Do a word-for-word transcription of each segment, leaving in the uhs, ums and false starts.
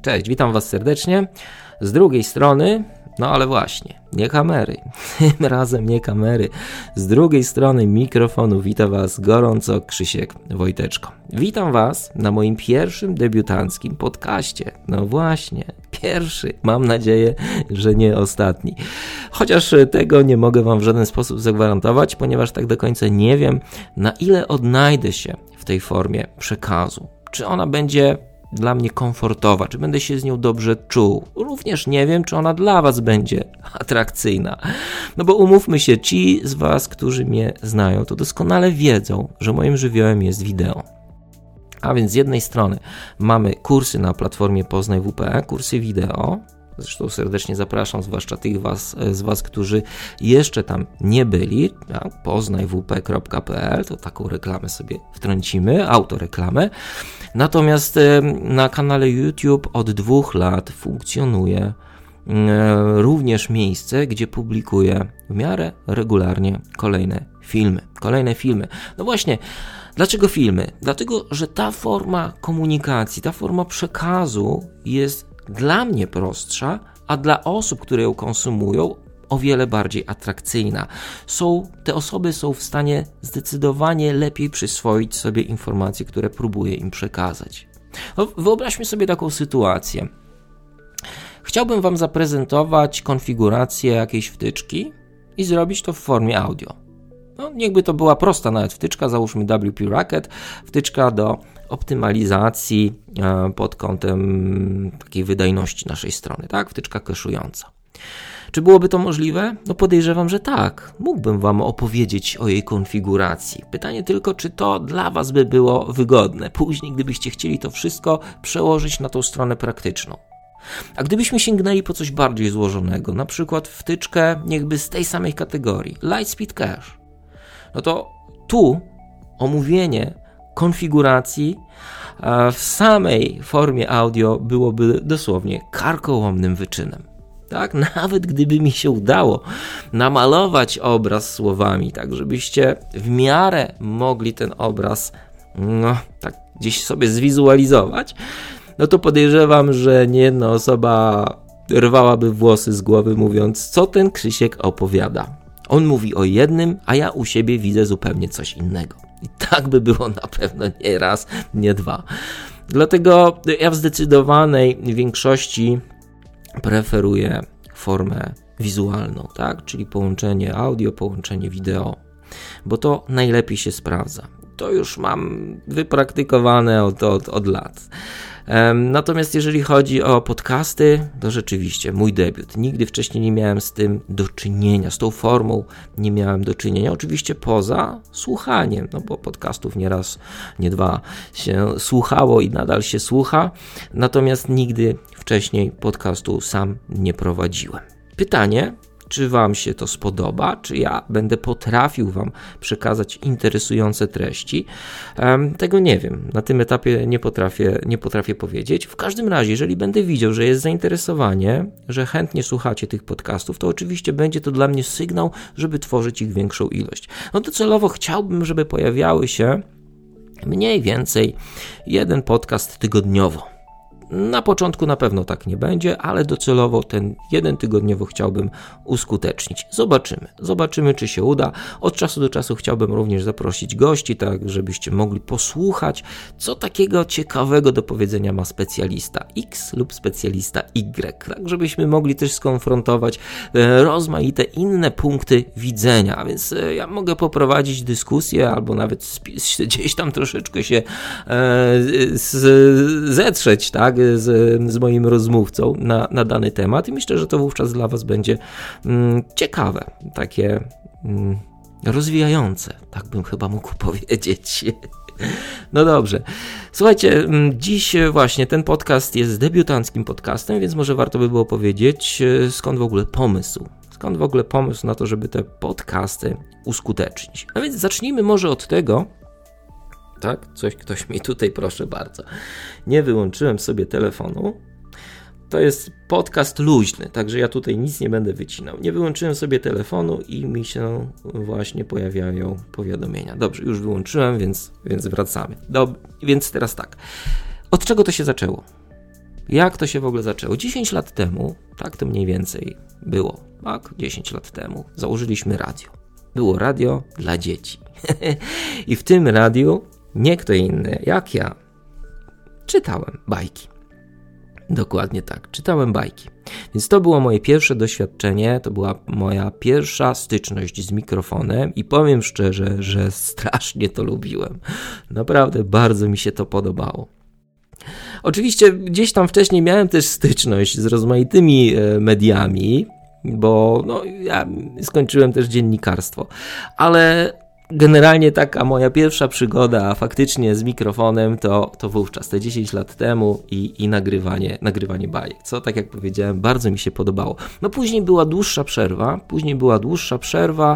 Cześć, witam Was serdecznie. Z drugiej strony, no ale właśnie, nie kamery. Tym razem nie kamery. Z drugiej strony mikrofonu wita Was gorąco Krzysiek Wojteczko. Witam Was na moim pierwszym debiutanckim podcaście. No właśnie, pierwszy. Mam nadzieję, że nie ostatni. Chociaż tego nie mogę Wam w żaden sposób zagwarantować, ponieważ tak do końca nie wiem, na ile odnajdę się w tej formie przekazu. Czy ona będzie dla mnie komfortowa, czy będę się z nią dobrze czuł. Również nie wiem, czy ona dla Was będzie atrakcyjna. No bo umówmy się, ci z Was, którzy mnie znają, to doskonale wiedzą, że moim żywiołem jest wideo. A więc z jednej strony mamy kursy na platformie Poznaj W P, kursy wideo. Zresztą serdecznie zapraszam, zwłaszcza tych was, z Was, którzy jeszcze tam nie byli. Tak? poznaj w p kropka p l, to taką reklamę sobie wtrącimy, autoreklamę. Natomiast na kanale YouTube od dwóch lat funkcjonuje również miejsce, gdzie publikuję w miarę regularnie kolejne filmy. Kolejne filmy. No właśnie, dlaczego filmy? Dlatego, że ta forma komunikacji, ta forma przekazu jest dla mnie prostsza, a dla osób, które ją konsumują, o wiele bardziej atrakcyjna. Są, te osoby są w stanie zdecydowanie lepiej przyswoić sobie informacje, które próbuję im przekazać. No, wyobraźmy sobie taką sytuację. Chciałbym Wam zaprezentować konfigurację jakiejś wtyczki i zrobić to w formie audio. No, niechby to była prosta nawet wtyczka, załóżmy W P Racket, wtyczka do optymalizacji pod kątem takiej wydajności naszej strony, tak? Wtyczka keszująca. Czy byłoby to możliwe? No podejrzewam, że tak. Mógłbym Wam opowiedzieć o jej konfiguracji. Pytanie tylko, czy to dla Was by było wygodne. Później, gdybyście chcieli to wszystko przełożyć na tą stronę praktyczną. A gdybyśmy sięgnęli po coś bardziej złożonego, na przykład wtyczkę niechby z tej samej kategorii, Lightspeed Cache, no to tu omówienie konfiguracji w samej formie audio byłoby dosłownie karkołomnym wyczynem. Tak? Nawet gdyby mi się udało namalować obraz słowami, tak żebyście w miarę mogli ten obraz no, tak gdzieś sobie zwizualizować, no to podejrzewam, że nie jedna osoba rwałaby włosy z głowy, mówiąc, co ten Krzysiek opowiada. On mówi o jednym, a ja u siebie widzę zupełnie coś innego. I tak by było na pewno nie raz, nie dwa. Dlatego ja w zdecydowanej większości preferuję formę wizualną, tak? Czyli połączenie audio, połączenie wideo, bo to najlepiej się sprawdza. To już mam wypraktykowane od, od, od lat. Natomiast jeżeli chodzi o podcasty, to rzeczywiście mój debiut. Nigdy wcześniej nie miałem z tym do czynienia, z tą formą nie miałem do czynienia. Oczywiście poza słuchaniem, no bo podcastów nie raz, nie dwa się słuchało i nadal się słucha. Natomiast nigdy wcześniej podcastu sam nie prowadziłem. Pytanie, czy Wam się to spodoba, czy ja będę potrafił Wam przekazać interesujące treści. Um, tego nie wiem. Na tym etapie nie potrafię, nie potrafię powiedzieć. W każdym razie, jeżeli będę widział, że jest zainteresowanie, że chętnie słuchacie tych podcastów, to oczywiście będzie to dla mnie sygnał, żeby tworzyć ich większą ilość. No docelowo chciałbym, żeby pojawiały się mniej więcej jeden podcast tygodniowo. Na początku na pewno tak nie będzie, ale docelowo ten jeden tygodniowo chciałbym uskutecznić. Zobaczymy. Zobaczymy, czy się uda. Od czasu do czasu chciałbym również zaprosić gości, tak żebyście mogli posłuchać, co takiego ciekawego do powiedzenia ma specjalista X lub specjalista Y, tak żebyśmy mogli też skonfrontować rozmaite inne punkty widzenia. A więc ja mogę poprowadzić dyskusję albo nawet gdzieś tam troszeczkę się zetrzeć, tak? Z, z moim rozmówcą na, na dany temat i myślę, że to wówczas dla Was będzie mm, ciekawe, takie mm, rozwijające, tak bym chyba mógł powiedzieć. No dobrze. Słuchajcie, dziś właśnie ten podcast jest debiutanckim podcastem, więc może warto by było powiedzieć, skąd w ogóle pomysł. Skąd w ogóle pomysł na to, żeby te podcasty uskutecznić. A więc zacznijmy może od tego, tak? Coś ktoś mi tutaj, proszę bardzo. Nie wyłączyłem sobie telefonu. To jest podcast luźny, także ja tutaj nic nie będę wycinał. Nie wyłączyłem sobie telefonu i mi się właśnie pojawiają powiadomienia. Dobrze, już wyłączyłem, więc, więc wracamy. Dob- więc teraz tak. Od czego to się zaczęło? Jak to się w ogóle zaczęło? dziesięć lat temu, tak to mniej więcej było, tak, dziesięć lat temu założyliśmy radio. Było radio dla dzieci. I w tym radiu nie kto inny jak ja czytałem bajki. Dokładnie tak, czytałem bajki. Więc to było moje pierwsze doświadczenie, to była moja pierwsza styczność z mikrofonem i powiem szczerze, że strasznie to lubiłem. Naprawdę bardzo mi się to podobało. Oczywiście gdzieś tam wcześniej miałem też styczność z rozmaitymi mediami, bo no, ja skończyłem też dziennikarstwo, ale generalnie taka moja pierwsza przygoda faktycznie z mikrofonem to, to wówczas, te dziesięć lat temu i, i nagrywanie, nagrywanie bajek, co tak jak powiedziałem bardzo mi się podobało. No później była dłuższa przerwa, później była dłuższa przerwa,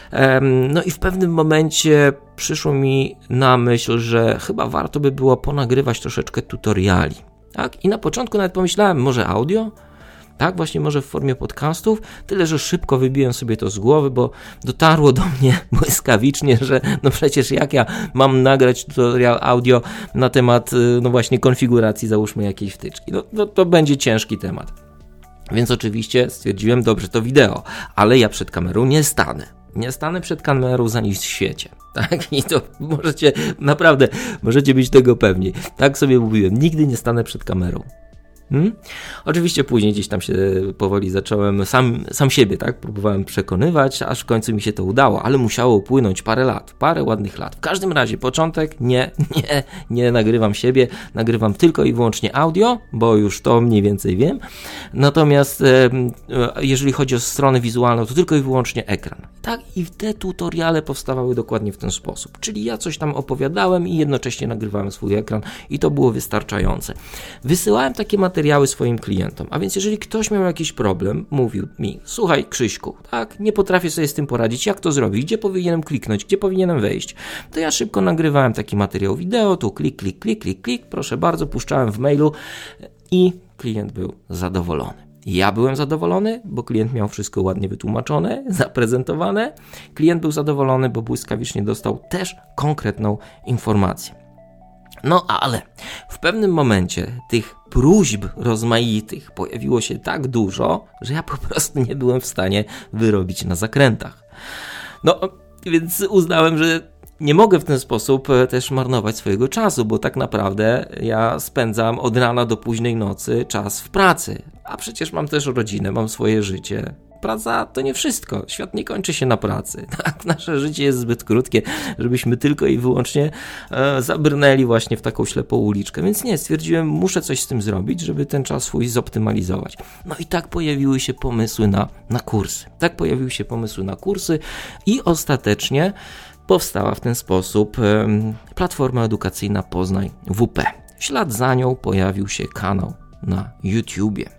um, no i w pewnym momencie przyszło mi na myśl, że chyba warto by było ponagrywać troszeczkę tutoriali, tak? I na początku nawet pomyślałem, może audio? Tak, właśnie może w formie podcastów, tyle że szybko wybiłem sobie to z głowy, bo dotarło do mnie błyskawicznie, że no przecież jak ja mam nagrać tutorial audio na temat no właśnie konfiguracji, załóżmy jakiejś wtyczki, no, no to będzie ciężki temat. Więc oczywiście stwierdziłem, dobrze, to wideo, ale ja przed kamerą nie stanę. Nie stanę przed kamerą za nic w świecie. Tak? I to możecie, naprawdę, możecie być tego pewni. Tak sobie mówiłem, nigdy nie stanę przed kamerą. Hmm? Oczywiście później gdzieś tam się powoli zacząłem sam, sam siebie, tak, próbowałem przekonywać, aż w końcu mi się to udało, ale musiało upłynąć parę lat, parę ładnych lat. W każdym razie początek, nie, nie, nie nagrywam siebie, nagrywam tylko i wyłącznie audio, bo już to mniej więcej wiem, natomiast e, jeżeli chodzi o stronę wizualną, to tylko i wyłącznie ekran. Tak, i te tutoriale powstawały dokładnie w ten sposób, czyli ja coś tam opowiadałem i jednocześnie nagrywałem swój ekran i to było wystarczające. Wysyłałem takie materiały materiały swoim klientom. A więc jeżeli ktoś miał jakiś problem, mówił mi, słuchaj Krzyśku, tak, nie potrafię sobie z tym poradzić, jak to zrobić, gdzie powinienem kliknąć, gdzie powinienem wejść, to ja szybko nagrywałem taki materiał wideo, tu klik, klik, klik, klik, klik, proszę bardzo, puszczałem w mailu i klient był zadowolony. Ja byłem zadowolony, bo klient miał wszystko ładnie wytłumaczone, zaprezentowane. Klient był zadowolony, bo błyskawicznie dostał też konkretną informację. No ale w pewnym momencie tych próśb rozmaitych pojawiło się tak dużo, że ja po prostu nie byłem w stanie wyrobić na zakrętach. No więc uznałem, że nie mogę w ten sposób też marnować swojego czasu, bo tak naprawdę ja spędzam od rana do późnej nocy czas w pracy, a przecież mam też rodzinę, mam swoje życie. Praca to nie wszystko. Świat nie kończy się na pracy. Tak? Nasze życie jest zbyt krótkie, żebyśmy tylko i wyłącznie e, zabrnęli właśnie w taką ślepą uliczkę. Więc nie, stwierdziłem, muszę coś z tym zrobić, żeby ten czas swój zoptymalizować. No i tak pojawiły się pomysły na, na kursy. Tak pojawiły się pomysły na kursy i ostatecznie powstała w ten sposób e, platforma edukacyjna Poznań W P. W ślad za nią pojawił się kanał na YouTubie.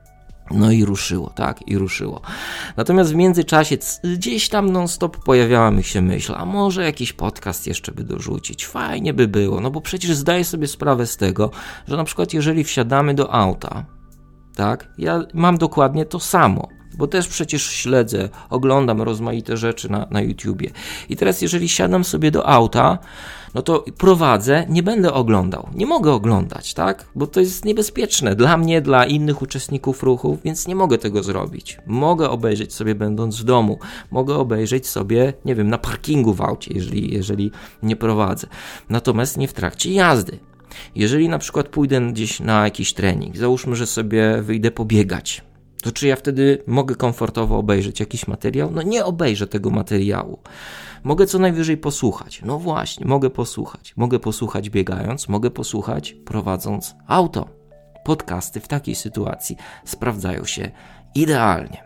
No i ruszyło, tak, i ruszyło. Natomiast w międzyczasie gdzieś tam non-stop pojawiała mi się myśl, a może jakiś podcast jeszcze by dorzucić, fajnie by było, no bo przecież zdaję sobie sprawę z tego, że na przykład jeżeli wsiadamy do auta, tak, ja mam dokładnie to samo, bo też przecież śledzę, oglądam rozmaite rzeczy na, na YouTubie. I teraz jeżeli siadam sobie do auta, no to prowadzę, nie będę oglądał. Nie mogę oglądać, tak? Bo to jest niebezpieczne dla mnie, dla innych uczestników ruchu, więc nie mogę tego zrobić. Mogę obejrzeć sobie będąc w domu. Mogę obejrzeć sobie, nie wiem, na parkingu w aucie, jeżeli, jeżeli nie prowadzę. Natomiast nie w trakcie jazdy. Jeżeli na przykład pójdę gdzieś na jakiś trening, załóżmy, że sobie wyjdę pobiegać, to czy ja wtedy mogę komfortowo obejrzeć jakiś materiał? No nie obejrzę tego materiału. Mogę co najwyżej posłuchać. No właśnie, mogę posłuchać. Mogę posłuchać biegając, mogę posłuchać prowadząc auto. Podcasty w takiej sytuacji sprawdzają się idealnie.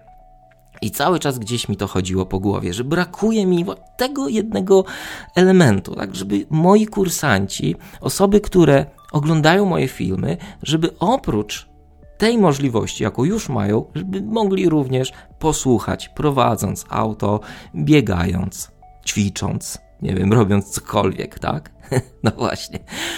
I cały czas gdzieś mi to chodziło po głowie, że brakuje mi tego jednego elementu, tak, żeby moi kursanci, osoby, które oglądają moje filmy, żeby oprócz tej możliwości, jaką już mają, żeby mogli również posłuchać, prowadząc auto, biegając, ćwicząc, nie wiem, robiąc cokolwiek, tak? No właśnie.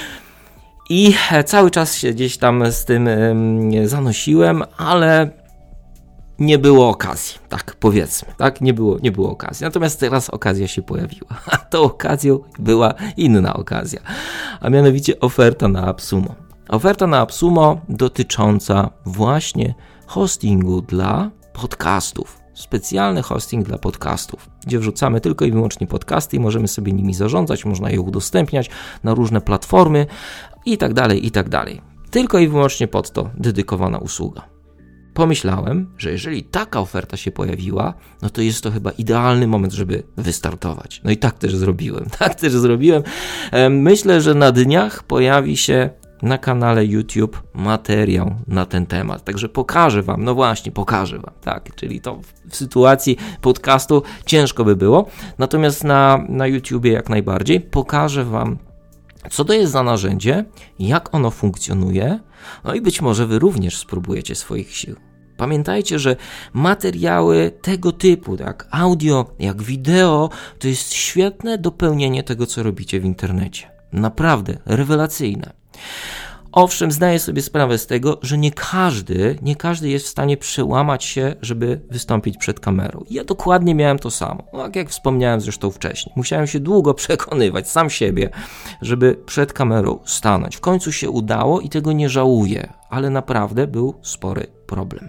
I cały czas się gdzieś tam z tym um, zanosiłem, ale nie było okazji, tak powiedzmy, tak? Nie było, nie było okazji. Natomiast teraz okazja się pojawiła. A tą okazją była inna okazja, a mianowicie oferta na AppSumo. Oferta na AppSumo dotycząca właśnie hostingu dla podcastów. Specjalny hosting dla podcastów, gdzie wrzucamy tylko i wyłącznie podcasty i możemy sobie nimi zarządzać, można je udostępniać na różne platformy i tak dalej, i tak dalej. Tylko i wyłącznie pod to dedykowana usługa. Pomyślałem, że jeżeli taka oferta się pojawiła, no to jest to chyba idealny moment, żeby wystartować. No i tak też zrobiłem, tak też zrobiłem. Myślę, że na dniach pojawi się na kanale YouTube materiał na ten temat. Także pokażę wam, no właśnie, pokażę wam, tak, czyli to w sytuacji podcastu ciężko by było, natomiast na, na YouTubie jak najbardziej pokażę wam, co to jest za narzędzie, jak ono funkcjonuje, no i być może wy również spróbujecie swoich sił. Pamiętajcie, że materiały tego typu, jak audio, jak wideo, to jest świetne dopełnienie tego, co robicie w internecie. Naprawdę rewelacyjne. Owszem, zdaję sobie sprawę z tego, że nie każdy, nie każdy jest w stanie przełamać się, żeby wystąpić przed kamerą. Ja dokładnie miałem to samo, no, jak wspomniałem zresztą wcześniej. Musiałem się długo przekonywać sam siebie, żeby przed kamerą stanąć. W końcu się udało i tego nie żałuję, ale naprawdę był spory problem.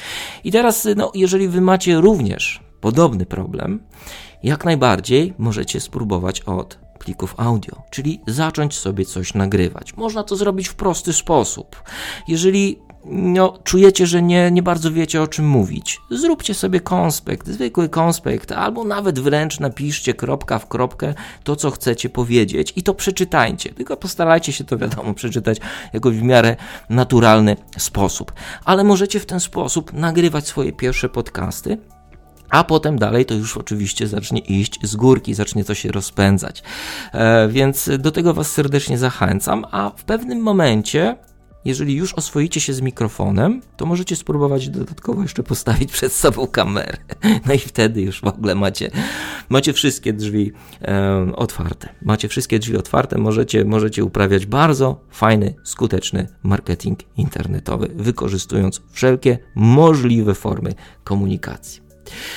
I teraz, no, jeżeli wy macie również podobny problem, jak najbardziej możecie spróbować od plików audio, czyli zacząć sobie coś nagrywać. Można to zrobić w prosty sposób. Jeżeli no, czujecie, że nie, nie bardzo wiecie, o czym mówić, zróbcie sobie konspekt, zwykły konspekt, albo nawet wręcz napiszcie kropka w kropkę to, co chcecie powiedzieć i to przeczytajcie. Tylko postarajcie się to, wiadomo, przeczytać jakoś w miarę naturalny sposób. Ale możecie w ten sposób nagrywać swoje pierwsze podcasty, a potem dalej to już oczywiście zacznie iść z górki, zacznie to się rozpędzać. E, więc do tego was serdecznie zachęcam, a w pewnym momencie, jeżeli już oswoicie się z mikrofonem, to możecie spróbować dodatkowo jeszcze postawić przed sobą kamerę. No i wtedy już w ogóle macie, macie wszystkie drzwi e, otwarte. Macie wszystkie drzwi otwarte, możecie, możecie uprawiać bardzo fajny, skuteczny marketing internetowy, wykorzystując wszelkie możliwe formy komunikacji.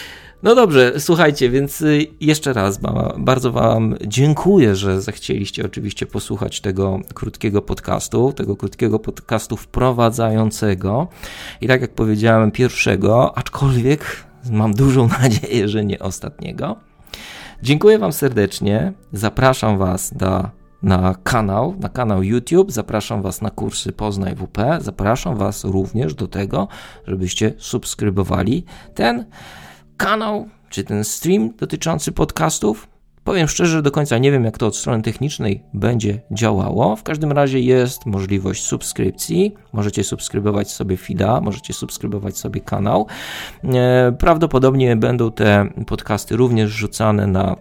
No dobrze, słuchajcie, więc jeszcze raz bardzo wam dziękuję, że zechcieliście oczywiście posłuchać tego krótkiego podcastu, tego krótkiego podcastu wprowadzającego i tak jak powiedziałem, pierwszego, aczkolwiek mam dużą nadzieję, że nie ostatniego. Dziękuję wam serdecznie, zapraszam was do na kanał, na kanał YouTube, zapraszam was na kursy Poznaj W P, zapraszam was również do tego, żebyście subskrybowali ten kanał, czy ten stream dotyczący podcastów. Powiem szczerze, do końca nie wiem, jak to od strony technicznej będzie działało. W każdym razie jest możliwość subskrypcji. Możecie subskrybować sobie feeda, możecie subskrybować sobie kanał. Prawdopodobnie będą te podcasty również rzucane na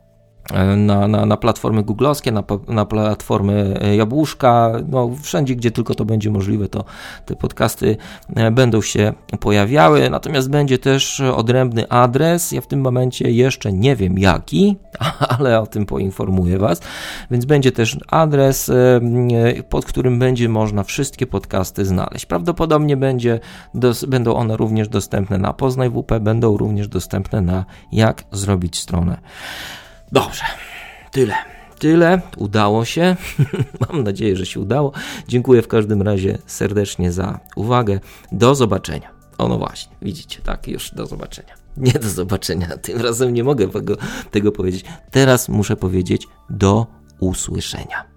Na, na, na platformy googlowskie, na, na platformy Jabłuszka, no wszędzie, gdzie tylko to będzie możliwe, to te podcasty będą się pojawiały, natomiast będzie też odrębny adres, ja w tym momencie jeszcze nie wiem jaki, ale o tym poinformuję was, więc będzie też adres, pod którym będzie można wszystkie podcasty znaleźć. Prawdopodobnie będzie, dos, będą one również dostępne na Poznaj W P, będą również dostępne na Jak zrobić stronę. Dobrze, tyle, tyle, udało się, mam nadzieję, że się udało. Dziękuję w każdym razie serdecznie za uwagę, do zobaczenia. O no właśnie, widzicie, tak, już do zobaczenia. Nie do zobaczenia, tym razem nie mogę tego, tego powiedzieć, teraz muszę powiedzieć do usłyszenia.